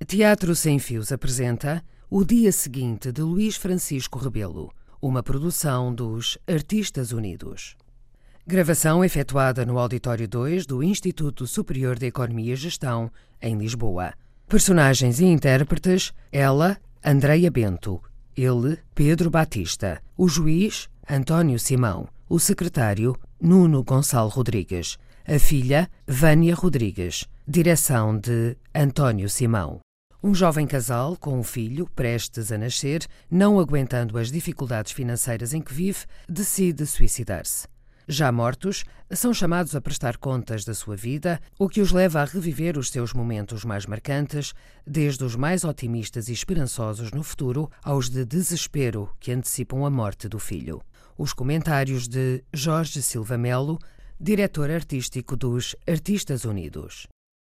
Teatro Sem Fios apresenta O Dia Seguinte, de Luís Francisco Rebelo, uma produção dos Artistas Unidos. Gravação efetuada no Auditório 2 do Instituto Superior de Economia e Gestão, em Lisboa. Personagens e intérpretes: ela, Andreia Bento; ele, Pedro Batista; o juiz, António Simão; o secretário, Nuno Gonçalo Rodrigues; a filha, Vânia Rodrigues. Direção de António Simão. Um jovem casal com um filho prestes a nascer, não aguentando as dificuldades financeiras em que vive, decide suicidar-se. Já mortos, são chamados a prestar contas da sua vida, o que os leva a reviver os seus momentos mais marcantes, desde os mais otimistas e esperançosos no futuro aos de desespero que antecipam a morte do filho. Os comentários de Jorge Silva Melo, diretor artístico dos Artistas Unidos.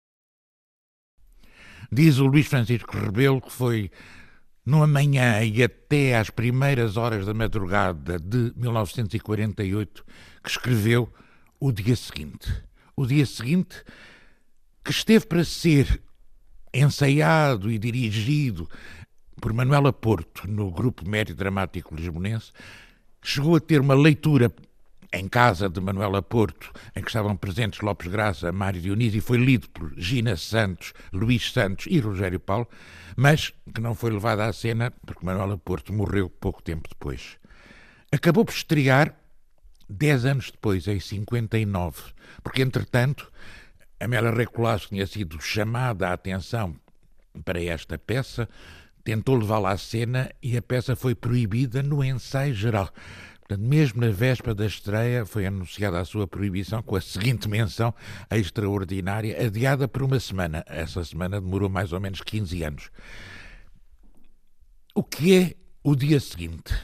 Diz o Luís Francisco Rebelo que foi numa manhã e até às primeiras horas da madrugada de 1948 que escreveu O Dia Seguinte. O Dia Seguinte, que esteve para ser ensaiado e dirigido por Manuela Porto no Grupo Médio Dramático Lisbonense, chegou a ter uma leitura em casa de Manuela Porto, em que estavam presentes Lopes Graça, Mário Dionísio, e foi lido por Gina Santos, Luís Santos e Rogério Paulo, mas que não foi levado à cena porque Manuela Porto morreu pouco tempo depois. Acabou por estrear 10 anos depois, em 59, porque, entretanto, Amélia Rei Colasso tinha sido chamada a atenção para esta peça, tentou levá-la à cena e a peça foi proibida no ensaio geral. Portanto, mesmo na véspera da estreia, foi anunciada a sua proibição com a seguinte menção extraordinária, adiada por uma semana. Essa semana demorou mais ou menos 15 anos. O que é O Dia Seguinte?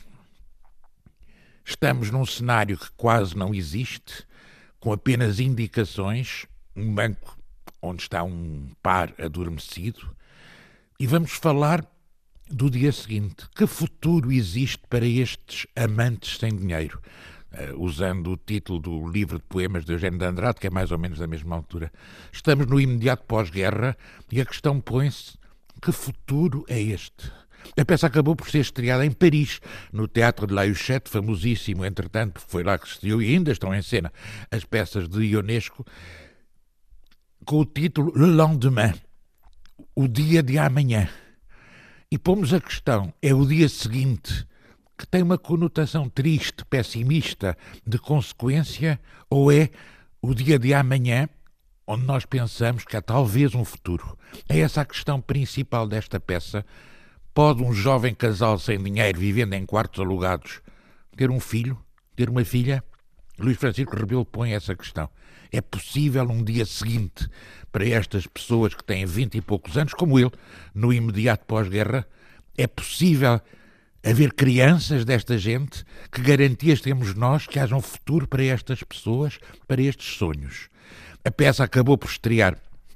Estamos num cenário que quase não existe, com apenas indicações, um banco onde está um par adormecido, e vamos falar do dia seguinte. Que futuro existe para estes amantes sem dinheiro? Usando o título do livro de poemas de Eugênio de Andrade, que é mais ou menos da mesma altura. Estamos no imediato pós-guerra e a questão põe-se: que futuro é este? A peça acabou por ser estreada em Paris, no Teatro de La Huchette, famosíssimo, entretanto, foi lá que se estreou e ainda estão em cena as peças de Ionesco, com o título Le Lendemain, o dia de amanhã. E pomos a questão: é o dia seguinte, que tem uma conotação triste, pessimista, de consequência, ou é o dia de amanhã, onde nós pensamos que há talvez um futuro? É essa a questão principal desta peça. Pode um jovem casal sem dinheiro, vivendo em quartos alugados, ter um filho, ter uma filha? Luís Francisco Rebelo põe essa questão. É possível um dia seguinte para estas pessoas que têm 20 e poucos anos, como ele, no imediato pós-guerra? É possível haver crianças desta gente? Que garantias temos nós que haja um futuro para estas pessoas, para estes sonhos? A peça acabou por estrear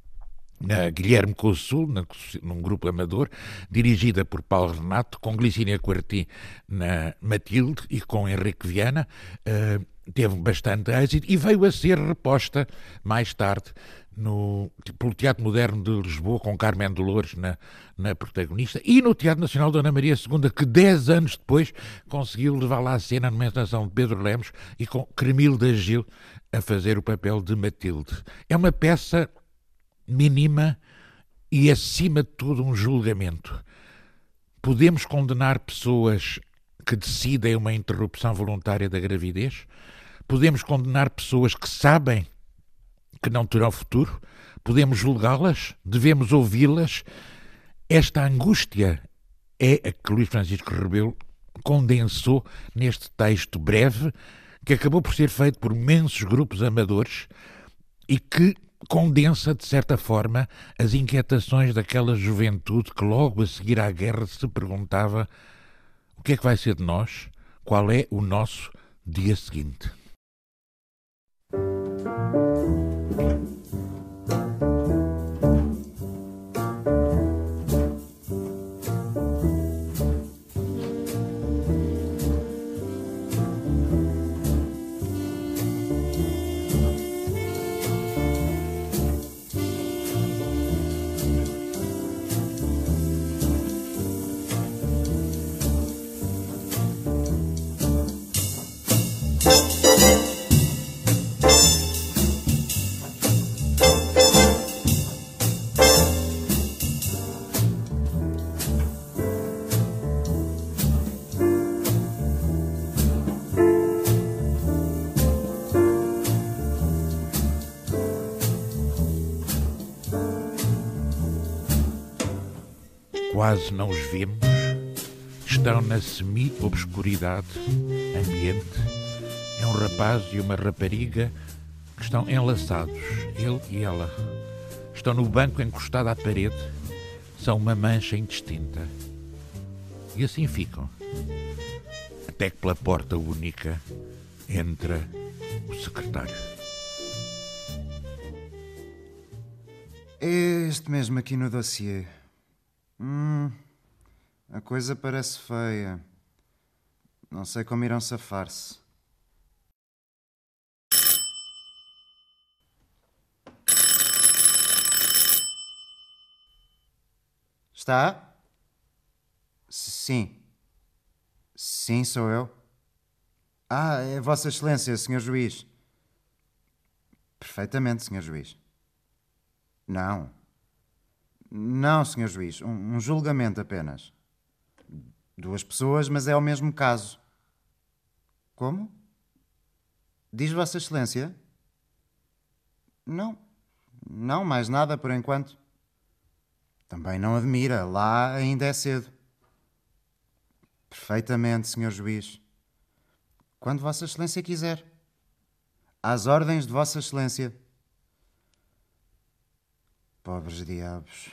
na Guilherme Consul, num grupo amador, dirigida por Paulo Renato, com Glicínia Quartim na Matilde e com Henrique Viana. Teve bastante êxito e veio a ser reposta mais tarde pelo Teatro Moderno de Lisboa, com Carmen Dolores na protagonista, e no Teatro Nacional Dona Maria II, que 10 anos depois conseguiu levá-la à cena numa encenação de Pedro Lemos e com Cremilda Gil a fazer o papel de Matilde. É uma peça mínima e, acima de tudo, um julgamento. Podemos condenar pessoas que decidem uma interrupção voluntária da gravidez? Podemos condenar pessoas que sabem que não terão futuro? Podemos julgá-las? Devemos ouvi-las? Esta angústia é a que Luís Francisco Rebelo condensou neste texto breve, que acabou por ser feito por imensos grupos amadores e que condensa, de certa forma, as inquietações daquela juventude que logo a seguir à guerra se perguntava: o que é que vai ser de nós? Qual é o nosso dia seguinte? quase não os vemos, estão na semi-obscuridade ambiente. É um rapaz e uma rapariga que estão enlaçados, ele e ela. Estão no banco encostado à parede, são uma mancha indistinta. E assim ficam, até que pela porta única entra o secretário. É este mesmo aqui no dossiê. A coisa parece feia. Não sei como irão safar-se. Está? Sim. Sim, sou eu. Ah, é Vossa Excelência, Sr. Juiz. Perfeitamente, Sr. Juiz. Não. Não, Sr. Juiz. Um julgamento apenas. 2 pessoas, mas é o mesmo caso. Como? Diz Vossa Excelência? Não. Não, mais nada por enquanto. Também não admira. Lá ainda é cedo. Perfeitamente, Sr. Juiz. Quando Vossa Excelência quiser. Às ordens de Vossa Excelência. Pobres diabos.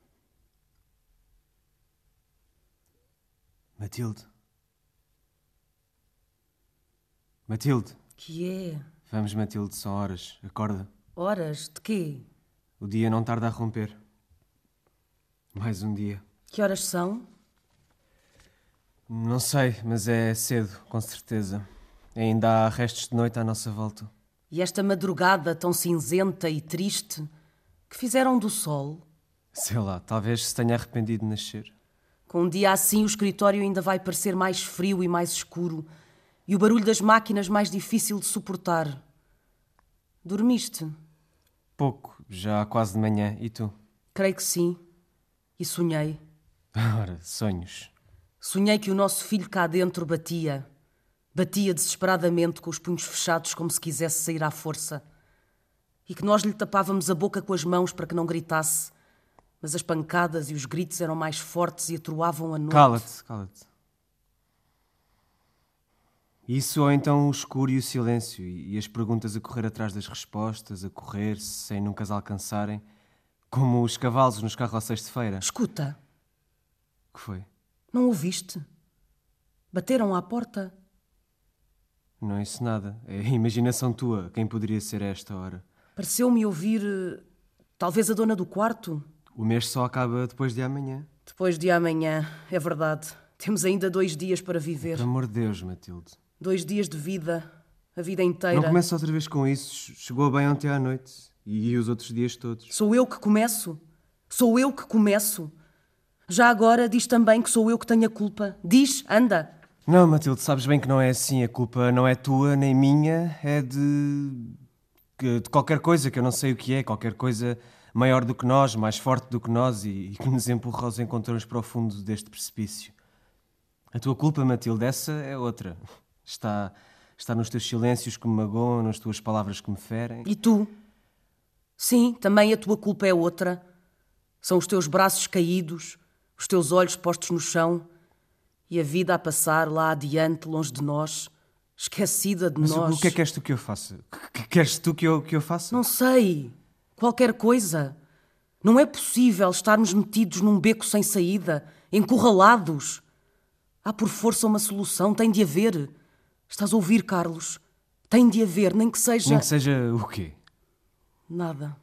Matilde. Matilde. Que é? Vamos, Matilde, são horas. Acorda. Horas? De quê? O dia não tarda a romper. Mais um dia. Que horas são? Não sei, mas é cedo, com certeza. Ainda há restos de noite à nossa volta. E esta madrugada tão cinzenta e triste, que fizeram do sol? Sei lá, talvez se tenha arrependido de nascer. Com um dia assim o escritório ainda vai parecer mais frio e mais escuro, e o barulho das máquinas mais difícil de suportar. Dormiste? Pouco, já quase de manhã. E tu? Creio que sim. E sonhei. Ora, sonhos. Sonhei que o nosso filho cá dentro batia. Batia desesperadamente com os punhos fechados como se quisesse sair à força. E que nós lhe tapávamos a boca com as mãos para que não gritasse. Mas as pancadas e os gritos eram mais fortes e atroavam a noite. Cala-te, cala-te. Isso ou então o escuro e o silêncio e as perguntas a correr atrás das respostas, a correr sem nunca as alcançarem, como os cavalos nos carroceis de feira. Escuta, O que foi? não ouviste? Bateram à porta. Não é isso nada. É a imaginação tua. Quem poderia ser a esta hora? Pareceu-me ouvir, talvez a dona do quarto. O mês só acaba depois de amanhã. Depois de amanhã, é verdade. Temos ainda 2 dias para viver. Por amor de Deus, Matilde. 2 dias de vida, a vida inteira. Não começa outra vez com isso. Chegou bem ontem à noite. E os outros dias todos. Sou eu que começo. Sou eu que começo. Já agora diz também que sou eu que tenho a culpa. Diz, anda. Não, Matilde, sabes bem que não é assim. A culpa não é tua nem minha. É de qualquer coisa que eu não sei o que é. Qualquer coisa maior do que nós, mais forte do que nós e que nos empurra aos encontrões profundos deste precipício. A tua culpa, Matilde, essa é outra. Está nos teus silêncios que me magoam, nas tuas palavras que me ferem. E tu? Sim, também a tua culpa é outra. São os teus braços caídos, os teus olhos postos no chão e a vida a passar lá adiante, longe de nós, esquecida de Mas nós. o que é que queres tu que eu faça? Queres tu que eu faça? Não sei. Qualquer coisa. Não é possível estarmos metidos num beco sem saída, encurralados. Há por força uma solução, tem de haver. Estás a ouvir, Carlos? Tem de haver, nem que seja... Nem que seja o quê? Nada.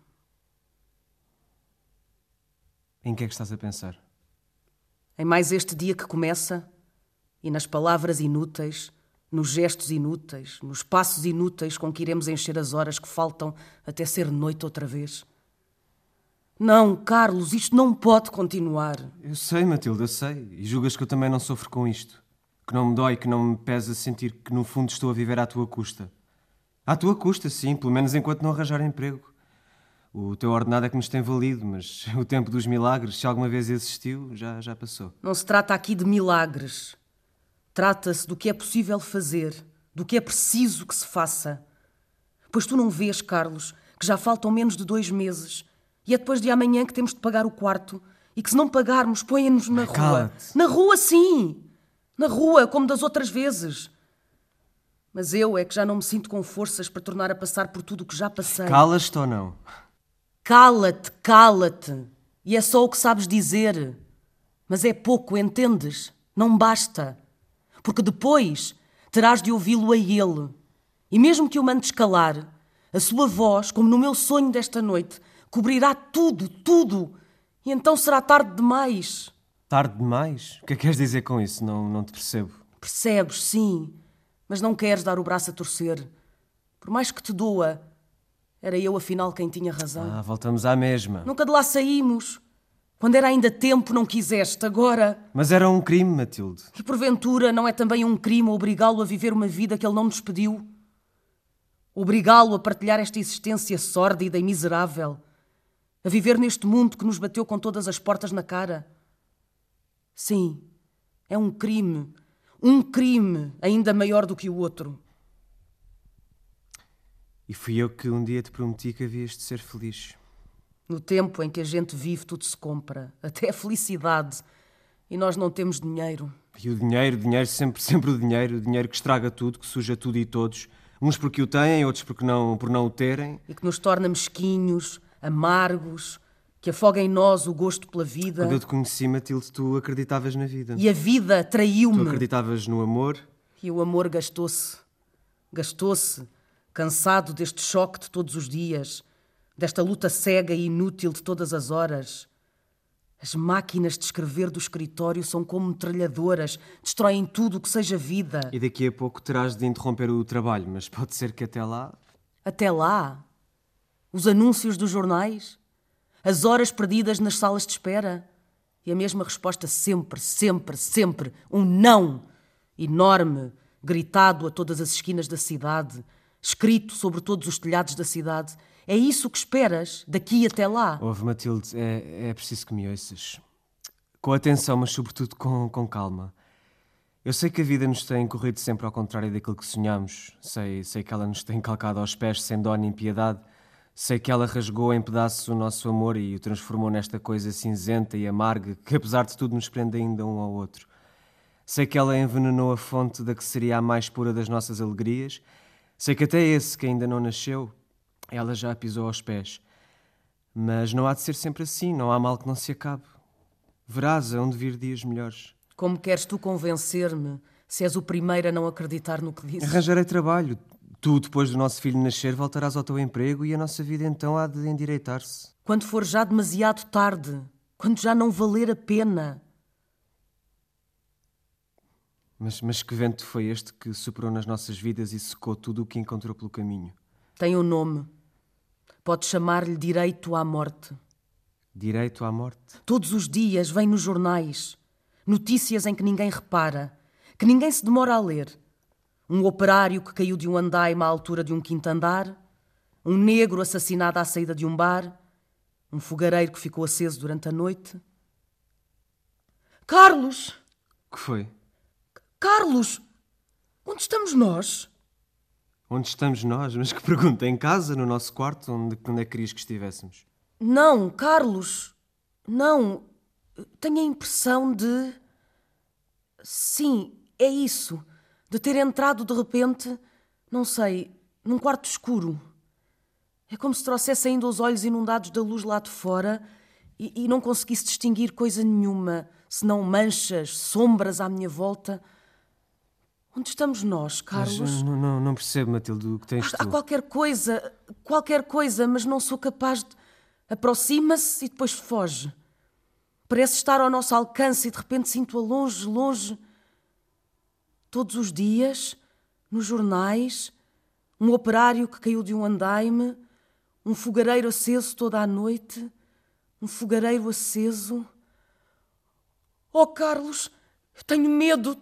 Em que é que estás a pensar? Em mais este dia que começa e nas palavras inúteis, nos gestos inúteis, nos passos inúteis com que iremos encher as horas que faltam até ser noite outra vez. Não, Carlos, isto não pode continuar. Eu sei, Matilde, eu sei. E julgas que eu também não sofro com isto? Que não me dói, que não me pesa sentir que no fundo estou a viver à tua custa? À tua custa, sim, pelo menos enquanto não arranjar emprego. O teu ordenado é que nos tem valido, mas o tempo dos milagres, se alguma vez existiu, já passou. Não se trata aqui de milagres. Trata-se do que é possível fazer, do que é preciso que se faça. Pois tu não vês, Carlos, que já faltam menos de 2 meses e é depois de amanhã que temos de pagar o quarto e que se não pagarmos, põem-nos na rua. Cala-te. Na rua, sim! Na rua, como das outras vezes. Mas eu é que já não me sinto com forças para tornar a passar por tudo o que já passei. Calas-te ou não? Cala-te, cala-te. E é só o que sabes dizer. Mas é pouco, entendes? Não basta. Porque depois terás de ouvi-lo a ele. E mesmo que o mandes calar, a sua voz, como no meu sonho desta noite, cobrirá tudo, tudo. E então será tarde demais. Tarde demais? O que é que queres dizer com isso? Não te percebo. Percebes, sim. Mas não queres dar o braço a torcer. Por mais que te doa, era eu afinal quem tinha razão. Voltamos à mesma. Nunca de lá saímos. Quando era ainda tempo, não quiseste. Agora... Mas era um crime, Matilde. E porventura não é também um crime obrigá-lo a viver uma vida que ele não nos pediu? Obrigá-lo a partilhar esta existência sórdida e miserável? A viver neste mundo que nos bateu com todas as portas na cara? Sim, é um crime. Um crime ainda maior do que o outro. E fui eu que um dia te prometi que havias de ser feliz. No tempo em que a gente vive, tudo se compra. Até a felicidade. E nós não temos dinheiro. E o dinheiro, sempre o dinheiro que estraga tudo, que suja tudo e todos. Uns porque o têm, outros por não o terem. E que nos torna mesquinhos, amargos, que afoga em nós o gosto pela vida. Quando eu te conheci, Matilde, tu acreditavas na vida. E a vida traiu-me. Tu acreditavas no amor. E o amor gastou-se. Gastou-se, cansado deste choque de todos os dias, desta luta cega e inútil de todas as horas. As máquinas de escrever do escritório são como metralhadoras, destroem tudo o que seja vida. E daqui a pouco terás de interromper o trabalho, mas pode ser que até lá... Até lá? Os anúncios dos jornais? As horas perdidas nas salas de espera? E a mesma resposta sempre, sempre, sempre. Um não! Enorme, gritado a todas as esquinas da cidade, escrito sobre todos os telhados da cidade. É isso que esperas daqui até lá? Ouve, Matilde, é preciso que me ouças. Com atenção, mas sobretudo com calma. Eu sei que a vida nos tem corrido sempre ao contrário daquilo que sonhamos. Sei que ela nos tem calcado aos pés sem dó nem piedade. Sei que ela rasgou em pedaços o nosso amor e o transformou nesta coisa cinzenta e amarga que, apesar de tudo, nos prende ainda um ao outro. Sei que ela envenenou a fonte da que seria a mais pura das nossas alegrias. Sei que até esse que ainda não nasceu, ela já a pisou aos pés. Mas não há de ser sempre assim, não há mal que não se acabe. Verás, hão de vir dias melhores. Como queres tu convencer-me, se és o primeiro a não acreditar no que dizes? Arranjarei trabalho. Tu, depois do nosso filho nascer, voltarás ao teu emprego e a nossa vida então há de endireitar-se. Quando for já demasiado tarde, quando já não valer a pena. Mas que vento foi este que soprou nas nossas vidas e secou tudo o que encontrou pelo caminho? Tem um nome. Podes chamar-lhe direito à morte. Direito à morte? Todos os dias vem nos jornais notícias em que ninguém repara, que ninguém se demora a ler. Um operário que caiu de um andaime à altura de um quinto andar, um negro assassinado à saída de um bar, um fogareiro que ficou aceso durante a noite. Carlos! O que foi? Carlos! Onde estamos nós? Onde estamos nós? Mas que pergunta? Em casa? No nosso quarto? Onde é que querias que estivéssemos? Não, Carlos. Não. Tenho a impressão de... Sim, é isso. De ter entrado de repente, não sei, num quarto escuro. É como se trouxesse ainda os olhos inundados da luz lá de fora e não conseguisse distinguir coisa nenhuma, senão manchas, sombras à minha volta. Onde estamos nós, Carlos? Mas não percebo, Matilde, o que tens tu. Há qualquer coisa, mas não sou capaz de... Aproxima-se e depois foge. Parece estar ao nosso alcance e de repente sinto-a longe, longe. Todos os dias, nos jornais, um operário que caiu de um andaime, um fogareiro aceso toda a noite, um fogareiro aceso. Oh, Carlos, tenho medo.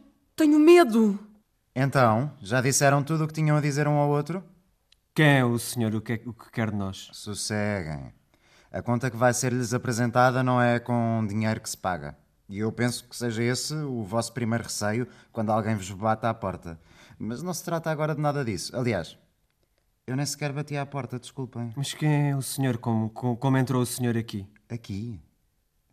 Então, já disseram tudo o que tinham a dizer um ao outro? Quem é o senhor? O que quer de nós? Sosseguem. A conta que vai ser-lhes apresentada não é com dinheiro que se paga. E eu penso que seja esse o vosso primeiro receio quando alguém vos bate à porta. Mas não se trata agora de nada disso. Aliás, eu nem sequer bati à porta, desculpem. Mas quem é o senhor? Como entrou o senhor aqui? Aqui?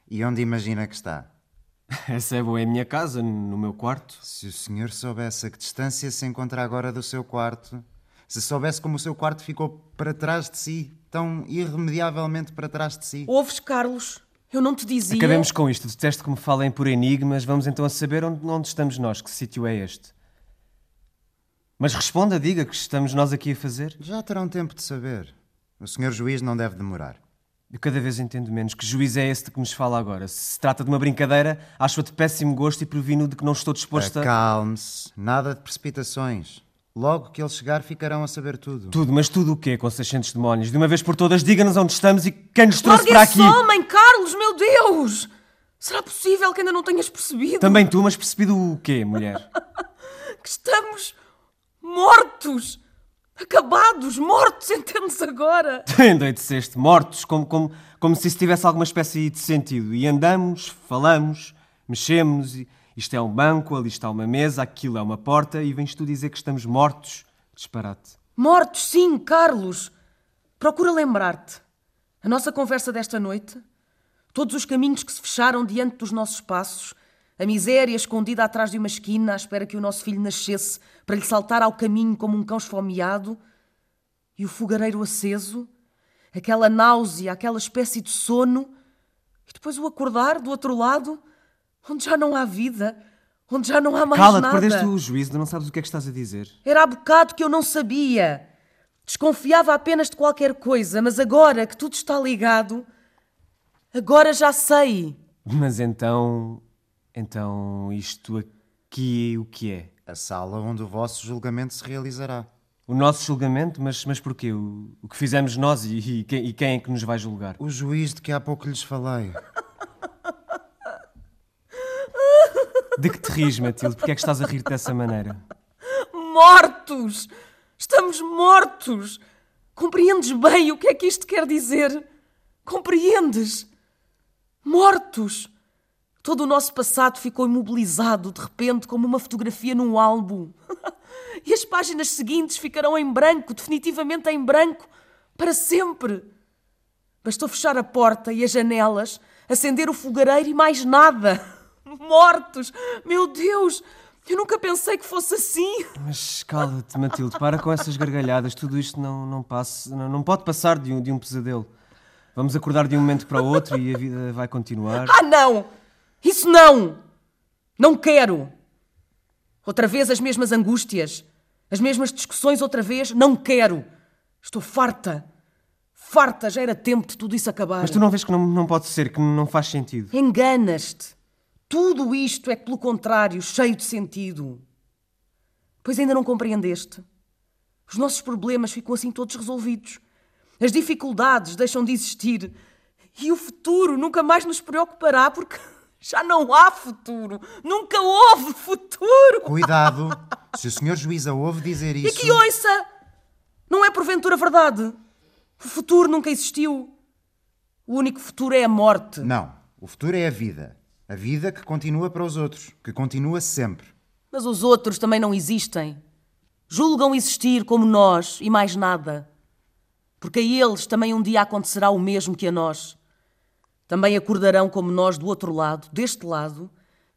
E onde imagina que está? Essa é boa, é a minha casa, no meu quarto. Se o senhor soubesse a que distância se encontra agora do seu quarto, se soubesse como o seu quarto ficou para trás de si, tão irremediavelmente para trás de si. Ouves, Carlos? Eu não te dizia... Acabemos com isto. Detesto que me falem por enigmas. Vamos então a saber onde estamos nós. Que sítio é este? Mas responda, diga, que estamos nós aqui a fazer. Já terão tempo de saber. O senhor juiz não deve demorar. Eu cada vez entendo menos. Que juiz é esse de que nos fala agora? Se se trata de uma brincadeira, acho-a de péssimo gosto e previno de que não estou disposto a... Acalme-se. Nada de precipitações. Logo que ele chegar, ficarão a saber tudo. Tudo, mas tudo o quê, com 600 demónios? De uma vez por todas, diga-nos onde estamos e quem nos trouxe para aqui. Larga esse homem, Carlos, meu Deus! Será possível que ainda não tenhas percebido? Também tu, mas percebido o quê, mulher? Que estamos mortos! Acabados, mortos, entendes agora? Endoideceste, mortos, como se isso tivesse alguma espécie de sentido. E andamos, falamos, mexemos, e isto é um banco, ali está uma mesa, aquilo é uma porta, e vens tu dizer que estamos mortos. Disparate. Mortos, sim, Carlos. Procura lembrar-te. A nossa conversa desta noite, todos os caminhos que se fecharam diante dos nossos passos, a miséria escondida atrás de uma esquina à espera que o nosso filho nascesse para lhe saltar ao caminho como um cão esfomeado, e o fogareiro aceso, aquela náusea, aquela espécie de sono, e depois o acordar do outro lado, onde já não há vida, onde já não há mais Cala-te, nada. perdeste o juízo, não sabes o que é que estás a dizer. Era há bocado que eu não sabia. Desconfiava apenas de qualquer coisa, mas agora que tudo está ligado, agora já sei. Mas então isto aqui o que é? A sala onde o vosso julgamento se realizará. O nosso julgamento? Mas porquê? O que fizemos nós e quem é que nos vai julgar? O juiz de que há pouco lhes falei. De que te rires, Matilde? Porquê é que estás a rir dessa maneira? Mortos! Estamos mortos! Compreendes bem o que é que isto quer dizer? Compreendes? Mortos! Todo o nosso passado ficou imobilizado, de repente, como uma fotografia num álbum. E as páginas seguintes ficarão em branco, definitivamente em branco, para sempre. Bastou fechar a porta e as janelas, acender o fogareiro e mais nada. Mortos! Meu Deus! Eu nunca pensei que fosse assim. Mas cala-te, Matilde, para com essas gargalhadas. Tudo isto não pode passar de um pesadelo. Vamos acordar de um momento para o outro e a vida vai continuar. Ah, não! Isso não! Não quero! Outra vez as mesmas angústias, as mesmas discussões outra vez, não quero! Estou farta! Farta, já era tempo de tudo isso acabar. Mas tu não vês que não pode ser, que não faz sentido? Enganas-te! Tudo isto é, pelo contrário, cheio de sentido. Pois ainda não compreendeste? Os nossos problemas ficam assim todos resolvidos. As dificuldades deixam de existir. E o futuro nunca mais nos preocupará porque já não há futuro. Nunca houve futuro. Cuidado! Se o senhor juiz a ouve dizer isso... E que ouça! Não é porventura verdade? O futuro nunca existiu. O único futuro é a morte. Não. O futuro é a vida. A vida que continua para os outros. Que continua sempre. Mas os outros também não existem. Julgam existir como nós e mais nada. Porque a eles também um dia acontecerá o mesmo que a nós. Também acordarão como nós do outro lado, deste lado.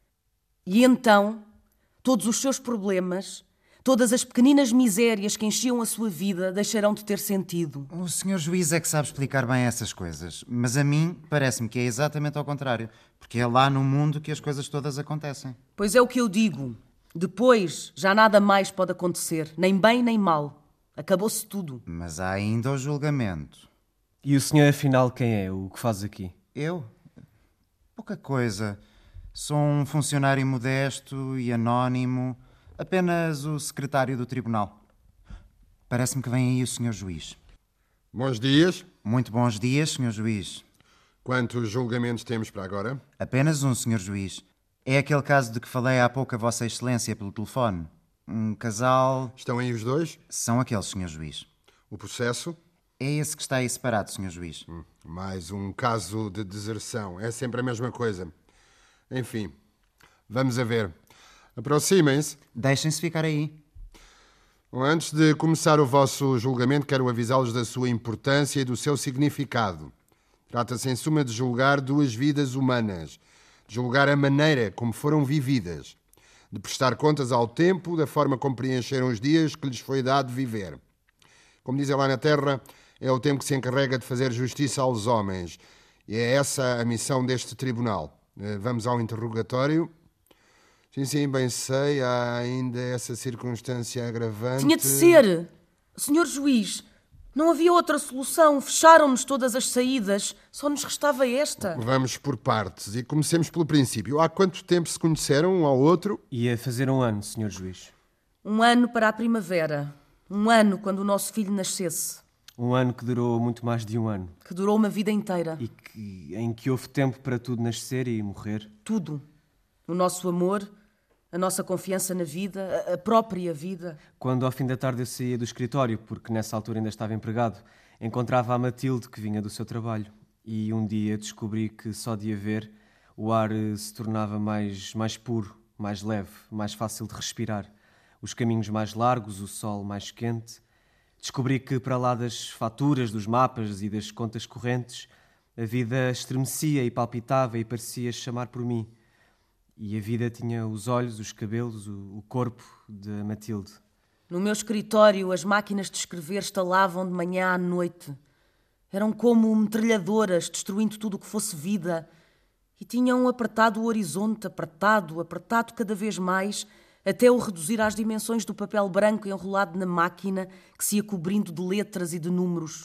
E então, todos os seus problemas, todas as pequeninas misérias que enchiam a sua vida deixarão de ter sentido. O senhor juiz é que sabe explicar bem essas coisas. Mas a mim parece-me que é exatamente ao contrário. Porque é lá no mundo que as coisas todas acontecem. Pois é o que eu digo. Depois já nada mais pode acontecer. Nem bem nem mal. Acabou-se tudo. Mas há ainda o julgamento. E o senhor, afinal, quem é? O que faz aqui? Eu? Pouca coisa. Sou um funcionário modesto e anónimo. Apenas o secretário do tribunal. Parece-me que vem aí o senhor juiz. Bons dias. Muito bons dias, senhor juiz. Quantos julgamentos temos para agora? Apenas um, senhor juiz. É aquele caso de que falei há pouco a Vossa Excelência pelo telefone. Um casal... Estão aí os dois? São aqueles, senhor juiz. O processo? É esse que está aí separado, senhor juiz. Mais um caso de deserção. É sempre a mesma coisa. Enfim, vamos a ver. Aproximem-se. Deixem-se ficar aí. Antes de começar o vosso julgamento, quero avisá-los da sua importância e do seu significado. Trata-se, em suma, de julgar duas vidas humanas, de julgar a maneira como foram vividas, de prestar contas ao tempo, da forma como preencheram os dias que lhes foi dado viver. Como dizem lá na Terra, é o tempo que se encarrega de fazer justiça aos homens. E é essa a missão deste tribunal. Vamos ao interrogatório. Sim, bem sei, há ainda essa circunstância agravante. Tinha de ser! Senhor juiz, não havia outra solução. Fecharam-nos todas as saídas. Só nos restava esta. Vamos por partes e comecemos pelo princípio. Há quanto tempo se conheceram um ao outro? Ia fazer 1 ano, Sr. Juiz. 1 ano para a primavera. 1 ano quando o nosso filho nascesse. 1 ano que durou muito mais de 1 ano. Que durou uma vida inteira. E em que houve tempo para tudo nascer e morrer. Tudo. O nosso amor, a nossa confiança na vida, a própria vida. Quando ao fim da tarde eu saía do escritório, porque nessa altura ainda estava empregado, encontrava a Matilde, que vinha do seu trabalho. E um dia descobri que só de a ver o ar se tornava mais puro, mais leve, mais fácil de respirar. Os caminhos mais largos, o sol mais quente. Descobri que, para lá das faturas, dos mapas e das contas correntes, a vida estremecia e palpitava e parecia chamar por mim. E a vida tinha os olhos, os cabelos, o corpo da Matilde. No meu escritório, as máquinas de escrever estalavam de manhã à noite. Eram como metralhadoras, destruindo tudo o que fosse vida. E tinham apertado o horizonte, apertado cada vez mais, até o reduzir às dimensões do papel branco enrolado na máquina, que se ia cobrindo de letras e de números.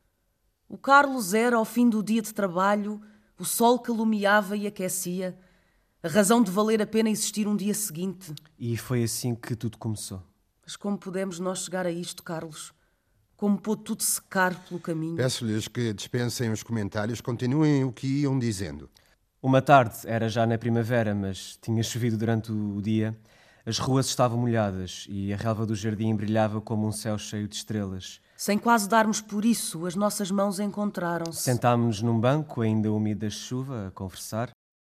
O Carlos era, ao fim do dia de trabalho, o sol que alumiava e aquecia, a razão de valer a pena existir um dia seguinte. E foi assim que tudo começou. Mas como pudemos nós chegar a isto, Carlos? Como pôde tudo secar pelo caminho? Peço-lhes que dispensem os comentários, continuem o que iam dizendo. Uma tarde, era já na primavera, mas tinha chovido durante o dia. As ruas estavam molhadas e a relva do jardim brilhava como um céu cheio de estrelas. Sem quase darmos por isso, as nossas mãos encontraram-se. Sentámos-nos num banco, ainda úmido da chuva, a conversar.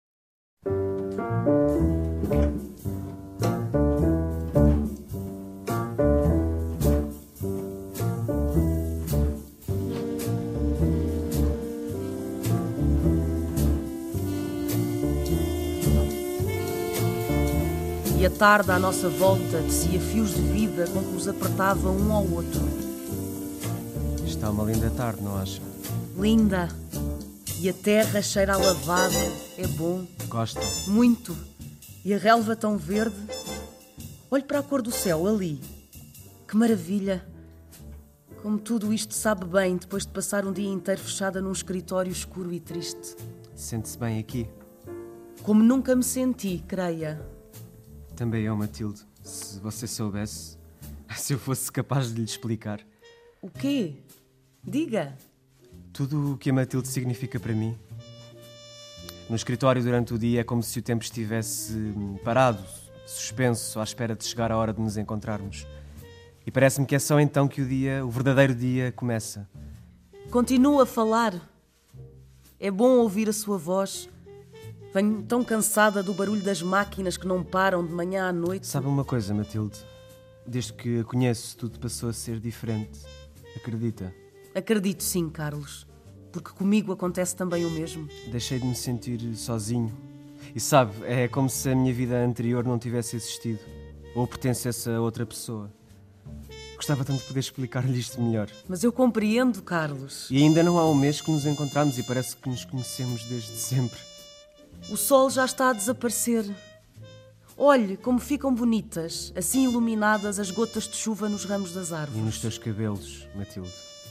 E a tarde à nossa volta tecia fios de vida com que nos apertava um ao outro. Está uma linda tarde, não acha? Linda. E a terra cheira a lavado. É bom. Gosta? Muito. E a relva tão verde. Olhe para a cor do céu, ali. Que maravilha. Como tudo isto sabe bem depois de passar um dia inteiro fechada num escritório escuro e triste. Sente-se bem aqui? Como nunca me senti, creia. Também eu, Matilde. Se você soubesse, se eu fosse capaz de lhe explicar. O quê? Diga. Tudo o que a Matilde significa para mim. No escritório durante o dia é como se o tempo estivesse parado, suspenso, à espera de chegar a hora de nos encontrarmos. E parece-me que é só então que o verdadeiro dia começa. Continua a falar. É bom ouvir a sua voz. Venho tão cansada do barulho das máquinas que não param de manhã à noite. Sabe uma coisa, Matilde? Desde que a conheço, tudo passou a ser diferente. Acredita? Acredito sim, Carlos. Porque comigo acontece também o mesmo. Deixei de me sentir sozinho. E sabe, é como se a minha vida anterior não tivesse existido. Ou pertencesse a outra pessoa. Gostava tanto de poder explicar-lhe isto melhor. Mas eu compreendo, Carlos. E ainda não há um mês que nos encontramos e parece que nos conhecemos desde sempre. O sol já está a desaparecer. Olhe como ficam bonitas, assim iluminadas as gotas de chuva nos ramos das E árvores. nos teus cabelos, Matilde.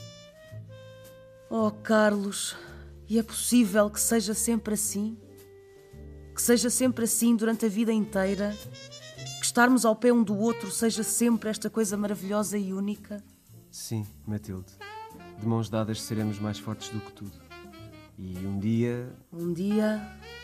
Oh, Carlos, e é possível que seja sempre assim? Que seja sempre assim durante a vida inteira? Que estarmos ao pé um do outro seja sempre esta coisa maravilhosa e única? Sim, Matilde. De mãos dadas seremos mais fortes do que tudo. E um dia... Um dia...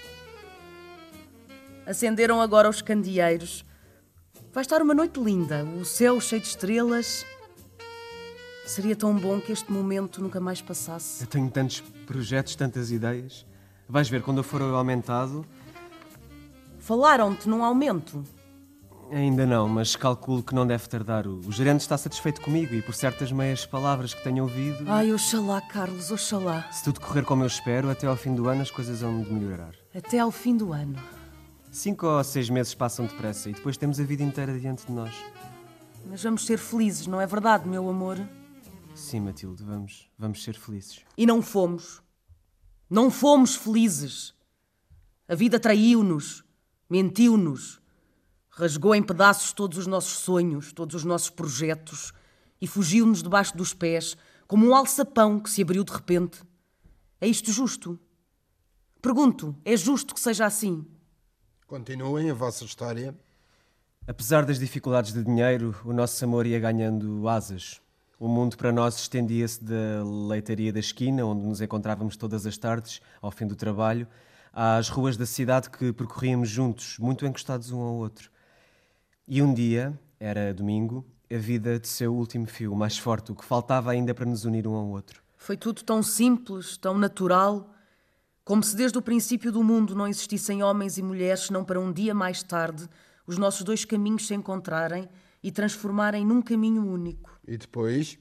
Acenderam agora os candeeiros. Vai estar uma noite linda, o céu cheio de estrelas. Seria tão bom que este momento nunca mais passasse. Eu tenho tantos projetos, tantas ideias. Vais ver, quando eu for aumentado... Falaram-te num aumento? Ainda não, mas calculo que não deve tardar. O gerente está satisfeito comigo e por certas meias palavras que tenho ouvido... Ai, oxalá, Carlos, oxalá. Se tudo correr como eu espero, até ao fim do ano as coisas vão de melhorar. Até ao fim do ano. 5 ou 6 meses passam depressa e depois temos a vida inteira diante de nós. Mas vamos ser felizes, não é verdade, meu amor? Sim, Matilde, vamos ser felizes. E não fomos. Não fomos felizes. A vida traiu-nos, mentiu-nos, rasgou em pedaços todos os nossos sonhos, todos os nossos projetos e fugiu-nos debaixo dos pés como um alçapão que se abriu de repente. É isto justo? Pergunto, é justo que seja assim? Continuem a vossa história. Apesar das dificuldades de dinheiro, o nosso amor ia ganhando asas. O mundo para nós estendia-se da leitaria da esquina, onde nos encontrávamos todas as tardes, ao fim do trabalho, às ruas da cidade que percorríamos juntos, muito encostados um ao outro. E um dia, era domingo, a vida teceu o último fio, mais forte, o que faltava ainda para nos unir um ao outro. Foi tudo tão simples, tão natural, como se desde o princípio do mundo não existissem homens e mulheres, senão para um dia mais tarde os nossos dois caminhos se encontrarem e transformarem num caminho único. E depois?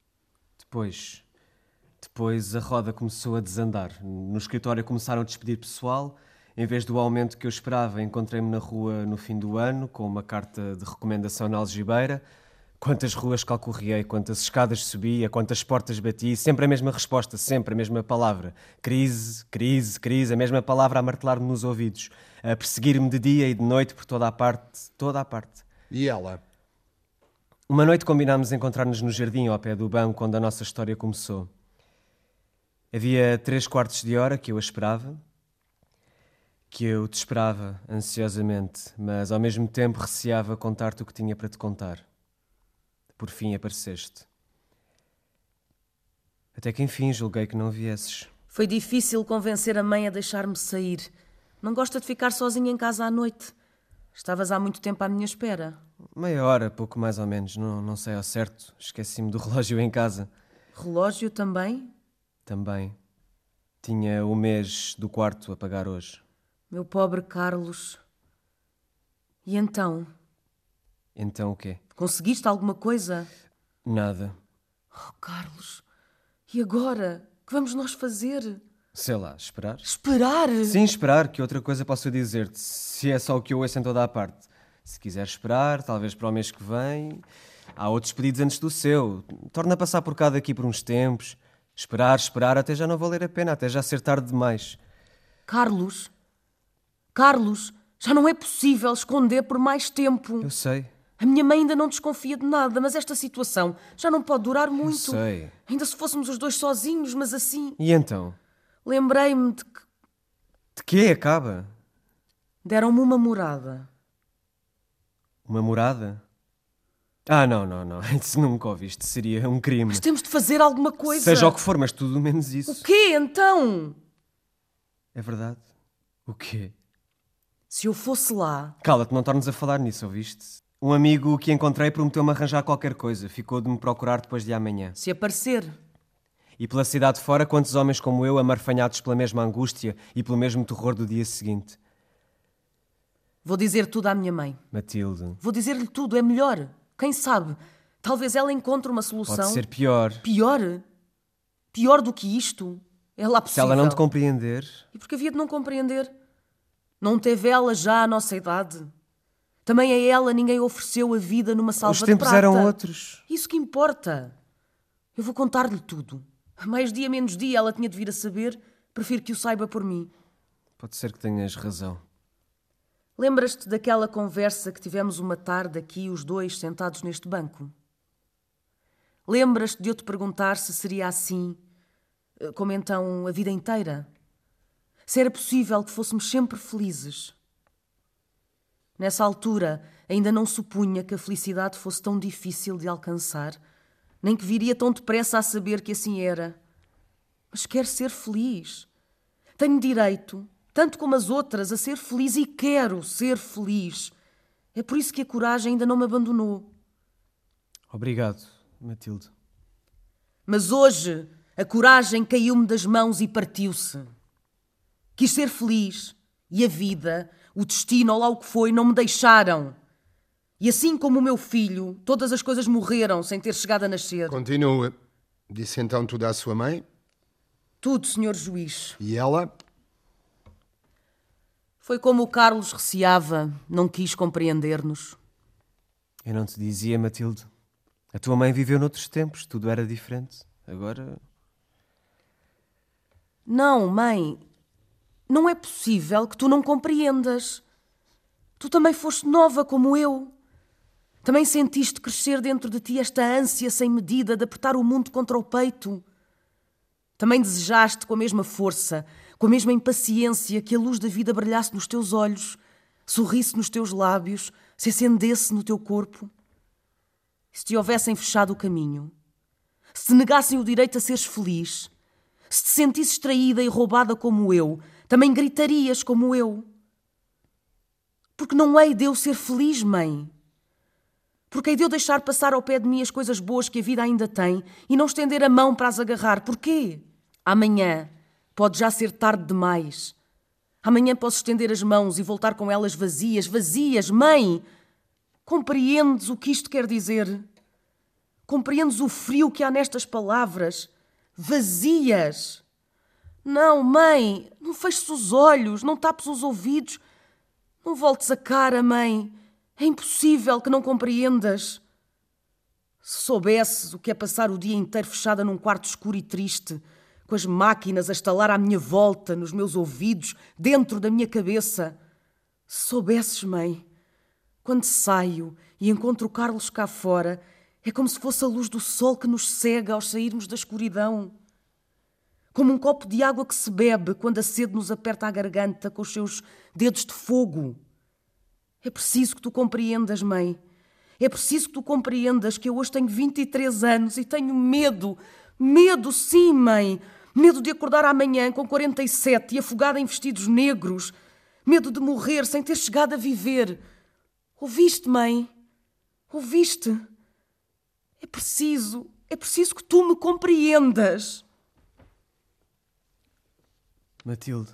Depois a roda começou a desandar. No escritório começaram a despedir pessoal. Em vez do aumento que eu esperava, encontrei-me na rua no fim do ano, com uma carta de recomendação na algibeira. Quantas ruas calcorriei, quantas escadas subi, a quantas portas bati, sempre a mesma resposta, sempre a mesma palavra. Crise, crise, crise, a mesma palavra a martelar-me nos ouvidos, a perseguir-me de dia e de noite por toda a parte, toda a parte. E ela? Uma noite combinámos encontrar-nos no jardim ao pé do banco onde a nossa história começou. Havia 3/4 de hora que eu a esperava, que eu te esperava ansiosamente, mas ao mesmo tempo receava contar-te o que tinha para te contar. Por fim apareceste. Até que enfim julguei que não viesses. Foi difícil convencer a mãe a deixar-me sair. Não gosta de ficar sozinha em casa à noite. Estavas há muito tempo à minha espera. Meia hora, pouco mais ou menos, não sei ao certo. Esqueci-me do relógio em casa. Relógio também? Também. Tinha o mês do quarto a pagar hoje. Meu pobre Carlos. E então? Então o quê? Conseguiste alguma coisa? Nada. Oh, Carlos. E agora? Que vamos nós fazer? Sei lá, esperar? Esperar? Sim, esperar, que outra coisa posso dizer-te, se é só o que eu ouço em toda a parte. Se quiser esperar, talvez para o mês que vem. Há outros pedidos antes do seu. Torna a passar por cá daqui por uns tempos. Esperar, até já não valer a pena, até já ser tarde demais. Carlos, já não é possível esconder por mais tempo. Eu sei. A minha mãe ainda não desconfia de nada, mas esta situação já não pode durar muito. Eu sei. Ainda se fôssemos os dois sozinhos, mas assim... E então? Lembrei-me de que... De quê? Acaba? Deram-me uma morada. Uma morada? Ah, não. Isso nunca ouviste. Seria um crime. Mas temos de fazer alguma coisa. Seja o que for, mas tudo menos isso. O quê, então? É verdade. O quê? Se eu fosse lá... Cala-te, não tornes a falar nisso, ouviste? Um amigo que encontrei prometeu-me arranjar qualquer coisa. Ficou de me procurar depois de amanhã. Se aparecer... E pela cidade fora, quantos homens como eu, amarfanhados pela mesma angústia e pelo mesmo terror do dia seguinte. Vou dizer tudo à minha mãe. Matilde. Vou dizer-lhe tudo, é melhor. Quem sabe? Talvez ela encontre uma solução. Pode ser pior. Pior? Pior do que isto? É lá possível. Se ela não te compreender... E por que havia de não compreender? Não teve ela já a nossa idade? Também a ela ninguém ofereceu a vida numa salva de prata. Os tempos eram outros. Isso que importa. Eu vou contar-lhe tudo. Mais dia, menos dia, ela tinha de vir a saber. Prefiro que o saiba por mim. Pode ser que tenhas razão. Lembras-te daquela conversa que tivemos uma tarde aqui, os dois, sentados neste banco? Lembras-te de eu te perguntar se seria assim, como então a vida inteira? Se era possível que fôssemos sempre felizes? Nessa altura, ainda não supunha que a felicidade fosse tão difícil de alcançar, nem que viria tão depressa a saber que assim era. Mas quero ser feliz. Tenho direito, tanto como as outras, a ser feliz e quero ser feliz. É por isso que a coragem ainda não me abandonou. Obrigado, Matilde. Mas hoje a coragem caiu-me das mãos e partiu-se. Quis ser feliz e a vida, o destino ou lá o que foi, não me deixaram. E assim como o meu filho, todas as coisas morreram sem ter chegado a nascer. Continua. Disse então tudo à sua mãe? Tudo, senhor juiz. E ela? Foi como o Carlos receava, não quis compreender-nos. Eu não te dizia, Matilde. A tua mãe viveu noutros tempos, tudo era diferente. Agora... Não, mãe, não é possível que tu não compreendas. Tu também foste nova como eu. Também sentiste crescer dentro de ti esta ânsia sem medida de apertar o mundo contra o peito. Também desejaste com a mesma força, com a mesma impaciência, que a luz da vida brilhasse nos teus olhos, sorrisse nos teus lábios, se acendesse no teu corpo. Se te houvessem fechado o caminho, se te negassem o direito a seres feliz, se te sentisses traída e roubada como eu, também gritarias como eu. Porque não hei de eu ser feliz, mãe. Porque hei de eu deixar passar ao pé de mim as coisas boas que a vida ainda tem e não estender a mão para as agarrar. Porquê? Amanhã pode já ser tarde demais. Amanhã posso estender as mãos e voltar com elas vazias, vazias. Mãe, compreendes o que isto quer dizer? Compreendes o frio que há nestas palavras? Vazias. Não, mãe, não feches os olhos, não tapes os ouvidos. Não voltes a cara, mãe. É impossível que não compreendas. Se soubesses o que é passar o dia inteiro fechada num quarto escuro e triste, com as máquinas a estalar à minha volta, nos meus ouvidos, dentro da minha cabeça. Se soubesses, mãe, quando saio e encontro o Carlos cá fora, é como se fosse a luz do sol que nos cega ao sairmos da escuridão. Como um copo de água que se bebe quando a sede nos aperta a garganta com os seus dedos de fogo. É preciso que tu compreendas, mãe. É preciso que tu compreendas que eu hoje tenho 23 anos e tenho medo. Medo, sim, mãe. Medo de acordar amanhã com 47 e afogada em vestidos negros. Medo de morrer sem ter chegado a viver. Ouviste, mãe? Ouviste? É preciso que tu me compreendas. Matilde.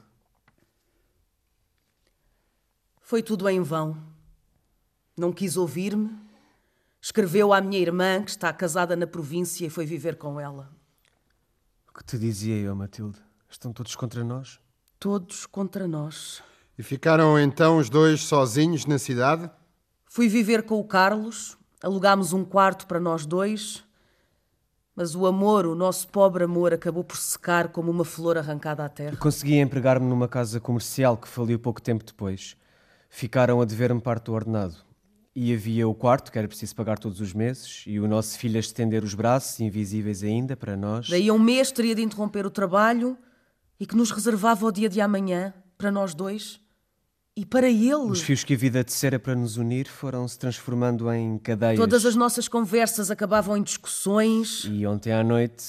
Foi tudo em vão. Não quis ouvir-me. Escreveu à minha irmã, que está casada na província, e foi viver com ela. O que te dizia eu, Matilde? Estão todos contra nós? Todos contra nós. E ficaram então os dois sozinhos na cidade? Fui viver com o Carlos, alugámos um quarto para nós dois, mas o amor, o nosso pobre amor, acabou por secar como uma flor arrancada à terra. Consegui empregar-me numa casa comercial que faliu pouco tempo depois. Ficaram a dever-me parte do ordenado. E havia o quarto, que era preciso pagar todos os meses, e o nosso filho a estender os braços, invisíveis ainda, para nós. Daí a um mês teria de interromper o trabalho e que nos reservava o dia de amanhã, para nós dois. E para ele... Os fios que a vida tecera para nos unir foram-se transformando em cadeias. Todas as nossas conversas acabavam em discussões. E ontem à noite,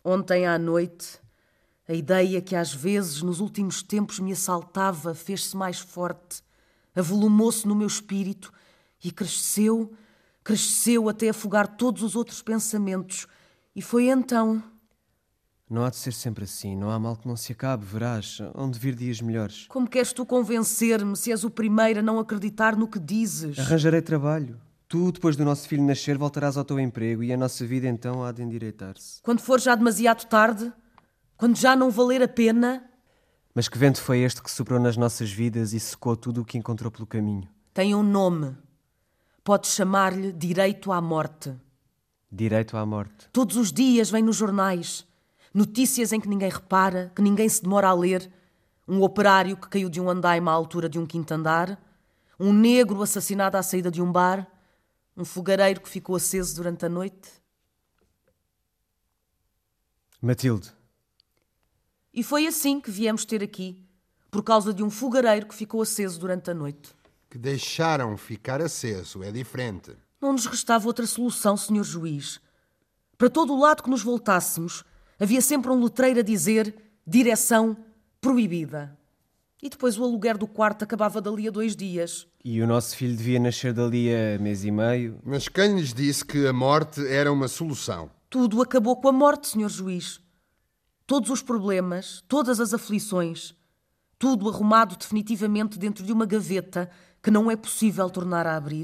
a ideia que às vezes, nos últimos tempos, me assaltava fez-se mais forte, avolumou-se no meu espírito e cresceu até afogar todos os outros pensamentos. E foi então... Não há de ser sempre assim, não há mal que não se acabe, verás, hão de vir dias melhores. Como queres tu convencer-me se és o primeiro a não acreditar no que dizes? Arranjarei trabalho. Tu, depois do nosso filho nascer, voltarás ao teu emprego e a nossa vida então há de endireitar-se. Quando for já demasiado tarde? Quando já não valer a pena? Mas que vento foi este que soprou nas nossas vidas e secou tudo o que encontrou pelo caminho? Tem um nome. Podes chamar-lhe direito à morte. Direito à morte. Todos os dias vem nos jornais notícias em que ninguém repara, que ninguém se demora a ler. Um operário que caiu de um andaime à altura de um quinto andar. Um negro assassinado à saída de um bar. Um fogareiro que ficou aceso durante a noite. Matilde. E foi assim que viemos ter aqui, por causa de um fogareiro que ficou aceso durante a noite. Que deixaram ficar aceso, é diferente. Não nos restava outra solução, senhor juiz. Para todo o lado que nos voltássemos, havia sempre um letreiro a dizer direção proibida. E depois o aluguer do quarto acabava dali a 2 dias. E o nosso filho devia nascer dali a mês e meio. Mas quem lhes disse que a morte era uma solução? Tudo acabou com a morte, senhor juiz. Todos os problemas, todas as aflições, tudo arrumado definitivamente dentro de uma gaveta que não é possível tornar a abrir.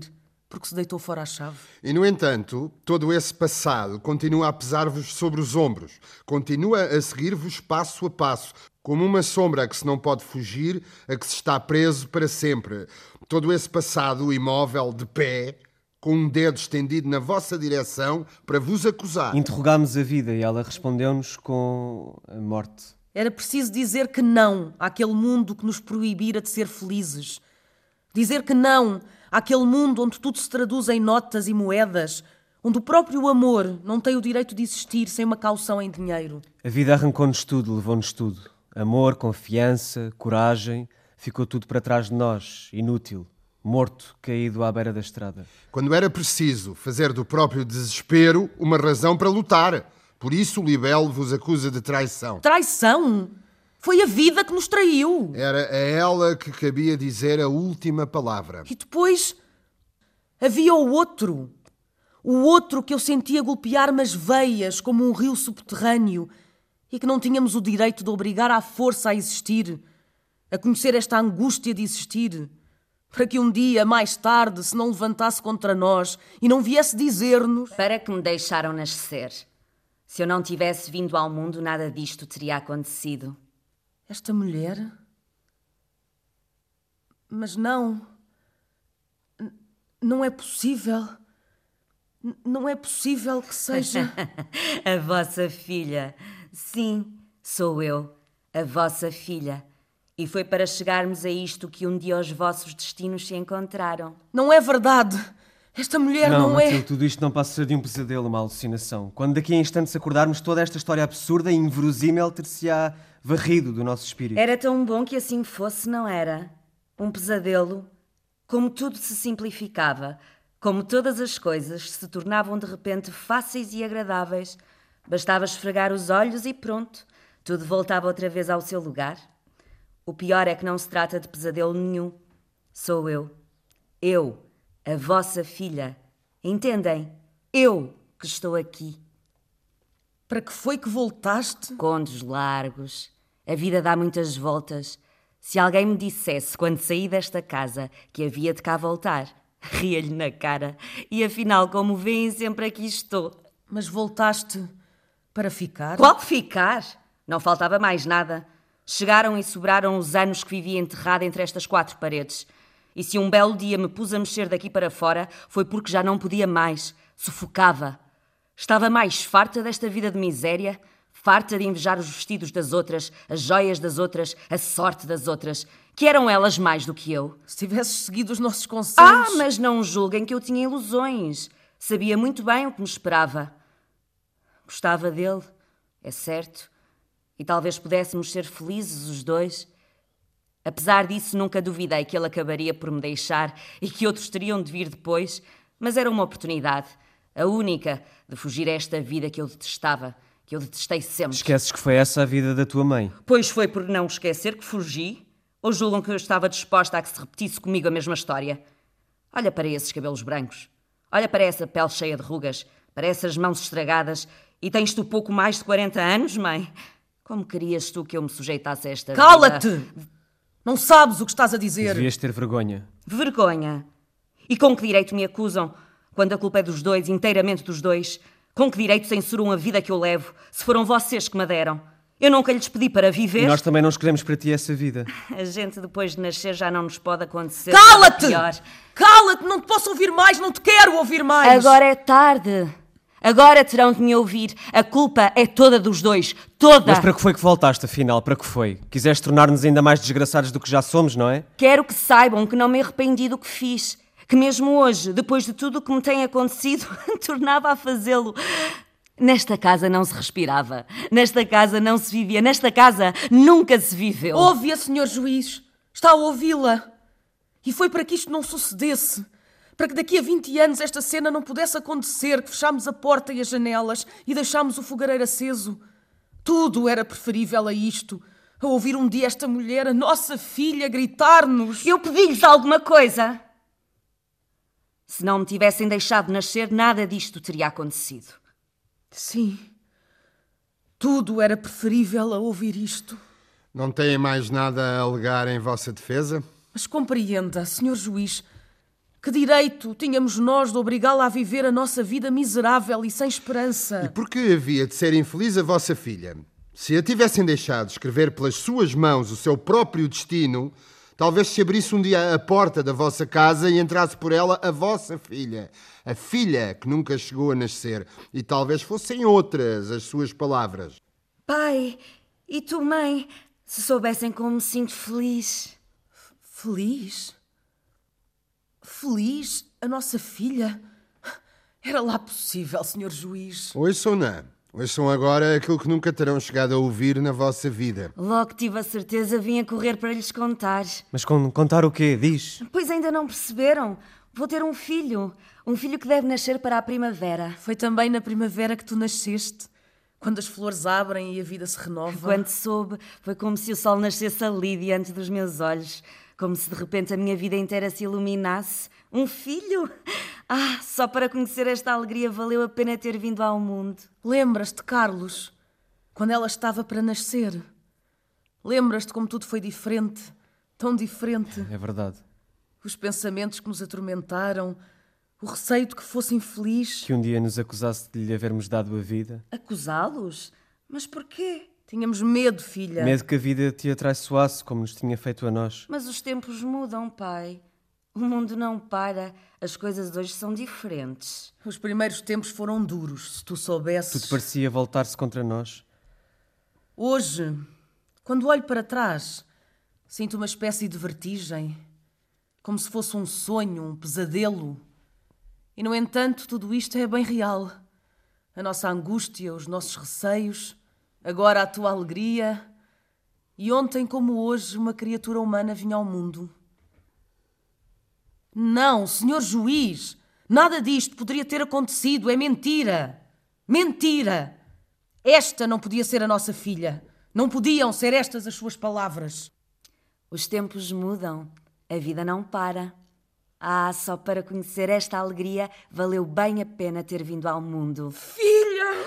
porque se deitou fora a chave. E, no entanto, todo esse passado continua a pesar-vos sobre os ombros, continua a seguir-vos passo a passo, como uma sombra a que se não pode fugir, a que se está preso para sempre. Todo esse passado imóvel, de pé, com um dedo estendido na vossa direção para vos acusar. Interrogámos a vida e ela respondeu-nos com a morte. Era preciso dizer que não àquele mundo que nos proibira de ser felizes. Dizer que não àquele mundo onde tudo se traduz em notas e moedas, onde o próprio amor não tem o direito de existir sem uma caução em dinheiro. A vida arrancou-nos tudo, levou-nos tudo. Amor, confiança, coragem, ficou tudo para trás de nós, inútil, morto, caído à beira da estrada. Quando era preciso fazer do próprio desespero uma razão para lutar. Por isso o libelo vos acusa de traição. Traição? Foi a vida que nos traiu. Era a ela que cabia dizer a última palavra. E depois havia o outro que eu sentia golpear-me as veias como um rio subterrâneo e que não tínhamos o direito de obrigar à força a existir, a conhecer esta angústia de existir, para que um dia, mais tarde, se não levantasse contra nós e não viesse dizer-nos: para que me deixaram nascer. Se eu não tivesse vindo ao mundo, nada disto teria acontecido. Esta mulher? Mas não é possível. Não é possível que seja... A vossa filha. Sim, sou eu, a vossa filha. E foi para chegarmos a isto que um dia os vossos destinos se encontraram. Não é verdade. Esta mulher não Matilde, é... tudo isto não passa a ser de um pesadelo, uma alucinação. Quando daqui a instantes acordarmos, toda esta história absurda e inverosímil ter-se-á varrido do nosso espírito. Era tão bom que assim fosse, não era? Um pesadelo. Como tudo se simplificava, como todas as coisas se tornavam de repente fáceis e agradáveis. Bastava esfregar os olhos e pronto, tudo voltava outra vez ao seu lugar. O pior é que não se trata de pesadelo nenhum. Sou eu, a vossa filha. Entendem? Eu que estou aqui. Para que foi que voltaste? Contos largos. A vida dá muitas voltas. Se alguém me dissesse, quando saí desta casa, que havia de cá voltar, ria-lhe na cara. E afinal, como veem, sempre aqui estou. Mas voltaste para ficar? Qual ficar? Não faltava mais nada. Chegaram e sobraram os anos que vivi enterrada entre estas quatro paredes. E se um belo dia me pus a mexer daqui para fora, foi porque já não podia mais. Sufocava. Estava mais farta desta vida de miséria, farta de invejar os vestidos das outras, as joias das outras, a sorte das outras, que eram elas mais do que eu. Se tivesses seguido os nossos conselhos... Mas não julguem que eu tinha ilusões. Sabia muito bem o que me esperava. Gostava dele, é certo. E talvez pudéssemos ser felizes os dois. Apesar disso, nunca duvidei que ele acabaria por me deixar e que outros teriam de vir depois, mas era uma oportunidade, a única, de fugir a esta vida que eu detestava, que eu detestei sempre. Esqueces que foi essa a vida da tua mãe? Pois foi por não esquecer que fugi? Ou julgam que eu estava disposta a que se repetisse comigo a mesma história? Olha para esses cabelos brancos, olha para essa pele cheia de rugas, para essas mãos estragadas, e tens tu pouco mais de 40 anos, mãe? Como querias tu que eu me sujeitasse a esta vida? Cala-te! Não sabes o que estás a dizer. Devias ter vergonha. Vergonha? E com que direito me acusam, quando a culpa é dos dois, inteiramente dos dois? Com que direito censuram a vida que eu levo, se foram vocês que me deram? Eu nunca lhes pedi para viver. E nós também não escolhemos para ti essa vida. A gente depois de nascer já não nos pode acontecer. Cala-te! Pior. Cala-te! Não te posso ouvir mais, não te quero ouvir mais! Agora é tarde. Agora terão de me ouvir. A culpa é toda dos dois. Toda! Mas para que foi que voltaste, afinal? Para que foi? Quiseste tornar-nos ainda mais desgraçados do que já somos, não é? Quero que saibam que não me arrependi do que fiz. Que mesmo hoje, depois de tudo o que me tem acontecido, tornava a fazê-lo. Nesta casa não se respirava. Nesta casa não se vivia. Nesta casa nunca se viveu. Ouve-a, senhor juiz. Está a ouvi-la. E foi para que isto não sucedesse. Para que daqui a 20 anos esta cena não pudesse acontecer, que fechámos a porta e as janelas e deixámos o fogareiro aceso. Tudo era preferível a isto. A ouvir um dia esta mulher, a nossa filha, gritar-nos. Eu pedi-lhes alguma coisa. Se não me tivessem deixado nascer, nada disto teria acontecido. Sim. Tudo era preferível a ouvir isto. Não têm mais nada a alegar em vossa defesa? Mas compreenda, senhor juiz, Que direito tínhamos nós de obrigá-la a viver a nossa vida miserável e sem esperança? E por que havia de ser infeliz a vossa filha? Se a tivessem deixado escrever pelas suas mãos o seu próprio destino, talvez se abrisse um dia a porta da vossa casa e entrasse por ela a vossa filha, a filha que nunca chegou a nascer, e talvez fossem outras as suas palavras. Pai, e tu, mãe, se soubessem como me sinto feliz. Feliz? Feliz? A nossa filha? Era lá possível, senhor juiz. Ouçam agora aquilo que nunca terão chegado a ouvir na vossa vida. Logo tive a certeza, vim a correr para lhes contar. Mas contar o quê? Diz. Pois ainda não perceberam. Vou ter um filho que deve nascer para a primavera. Foi também na primavera que tu nasceste, quando as flores abrem e a vida se renova. Quando soube, foi como se o sol nascesse ali diante dos meus olhos, como se de repente a minha vida inteira se iluminasse. Um filho? Ah, só para conhecer esta alegria valeu a pena ter vindo ao mundo. Lembras-te, Carlos, quando ela estava para nascer? Lembras-te como tudo foi diferente, tão diferente? É verdade. Os pensamentos que nos atormentaram, o receio de que fosse infeliz. Que um dia nos acusasse de lhe havermos dado a vida. Acusá-los? Mas porquê? Tínhamos medo, filha. Medo que a vida te atraiçoasse, como nos tinha feito a nós. Mas os tempos mudam, pai. O mundo não para. As coisas hoje são diferentes. Os primeiros tempos foram duros, se tu soubesses. Tudo parecia voltar-se contra nós. Hoje, quando olho para trás, sinto uma espécie de vertigem, como se fosse um sonho, um pesadelo. E, no entanto, tudo isto é bem real. A nossa angústia, os nossos receios, agora a tua alegria. E ontem, como hoje, uma criatura humana vinha ao mundo. Não, senhor juiz, nada disto poderia ter acontecido, é mentira. Mentira! Esta não podia ser a nossa filha. Não podiam ser estas as suas palavras. Os tempos mudam, a vida não para. Ah, só para conhecer esta alegria valeu bem a pena ter vindo ao mundo. Filha!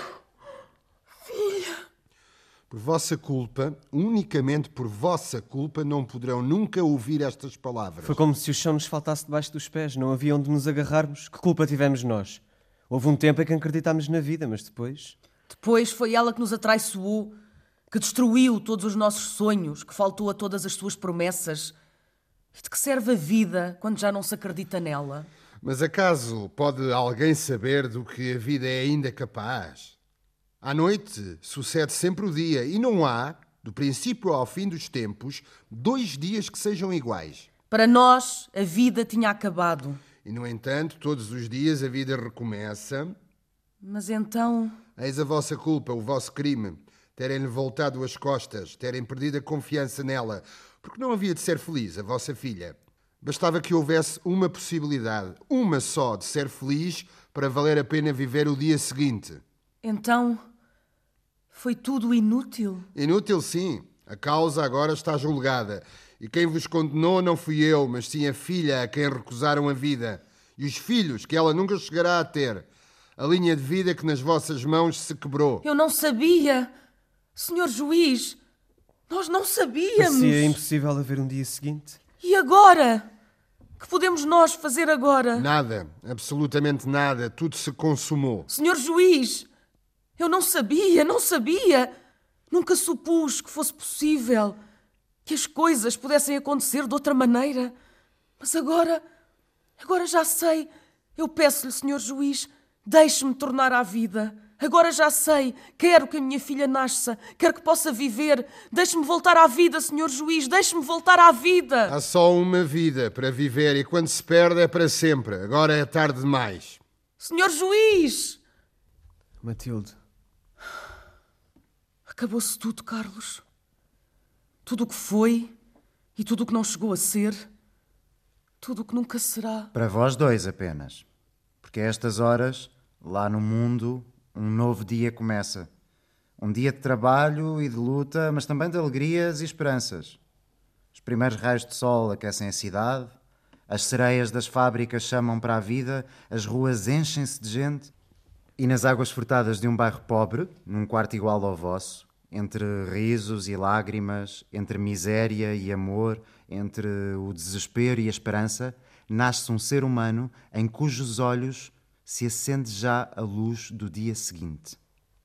Filha! Por vossa culpa, unicamente por vossa culpa, não poderão nunca ouvir estas palavras. Foi como se o chão nos faltasse debaixo dos pés. Não havia onde nos agarrarmos. Que culpa tivemos nós? Houve um tempo em que acreditámos na vida, mas depois... Depois foi ela que nos atraiçoou, que destruiu todos os nossos sonhos, que faltou a todas as suas promessas. E de que serve a vida quando já não se acredita nela? Mas acaso pode alguém saber do que a vida é ainda capaz? À noite sucede sempre o dia e não há, do princípio ao fim dos tempos, 2 dias que sejam iguais. Para nós, a vida tinha acabado. E, no entanto, todos os dias a vida recomeça. Mas então... Eis a vossa culpa, o vosso crime. Terem-lhe voltado as costas, terem perdido a confiança nela, porque não havia de ser feliz a vossa filha. Bastava que houvesse uma possibilidade, uma só, de ser feliz para valer a pena viver o dia seguinte. Então, foi tudo inútil? Inútil, sim. A causa agora está julgada. E quem vos condenou não fui eu, mas sim a filha a quem recusaram a vida. E os filhos que ela nunca chegará a ter. A linha de vida que nas vossas mãos se quebrou. Eu não sabia. Senhor juiz, nós não sabíamos. Parecia impossível haver um dia seguinte. E agora? Que podemos nós fazer agora? Nada, absolutamente nada. Tudo se consumou. Senhor juiz, eu não sabia. Nunca supus que fosse possível, que as coisas pudessem acontecer de outra maneira. Mas agora já sei. Eu peço-lhe, senhor juiz, deixe-me tornar à vida. Agora já sei. Quero que a minha filha nasça. Quero que possa viver. Deixe-me voltar à vida, senhor juiz. Deixe-me voltar à vida. Há só uma vida para viver e quando se perde é para sempre. Agora é tarde demais. Senhor juiz! Matilde. Acabou-se tudo, Carlos. Tudo o que foi e tudo o que não chegou a ser. Tudo o que nunca será. Para vós dois apenas. Porque a estas horas, lá no mundo, um novo dia começa. Um dia de trabalho e de luta, mas também de alegrias e esperanças. Os primeiros raios de sol aquecem a cidade, as sereias das fábricas chamam para a vida, as ruas enchem-se de gente. E nas águas furtadas de um bairro pobre, num quarto igual ao vosso, entre risos e lágrimas, entre miséria e amor, entre o desespero e a esperança, nasce um ser humano em cujos olhos se acende já a luz do dia seguinte.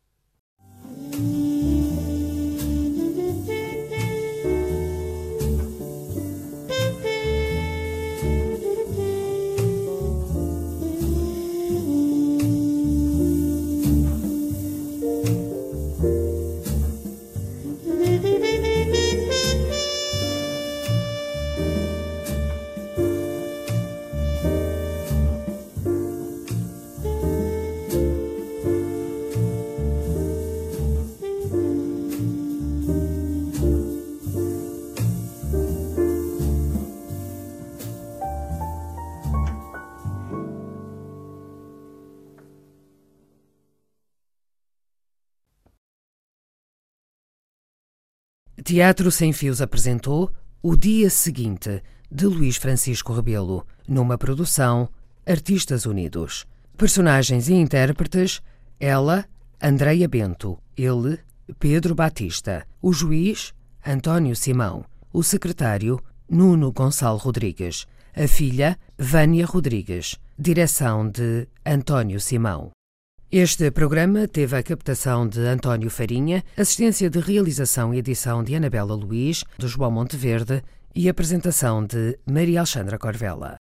Teatro Sem Fios apresentou O Dia Seguinte, de Luís Francisco Rebelo, numa produção Artistas Unidos. Personagens e intérpretes: ela, Andreia Bento; ele, Pedro Batista; o juiz, António Simão; o secretário, Nuno Gonçalo Rodrigues; a filha, Vânia Rodrigues. Direção de António Simão. Este programa teve a captação de António Farinha, assistência de realização e edição de Anabela Luís, de João Monteverde e apresentação de Maria Alexandra Corvella.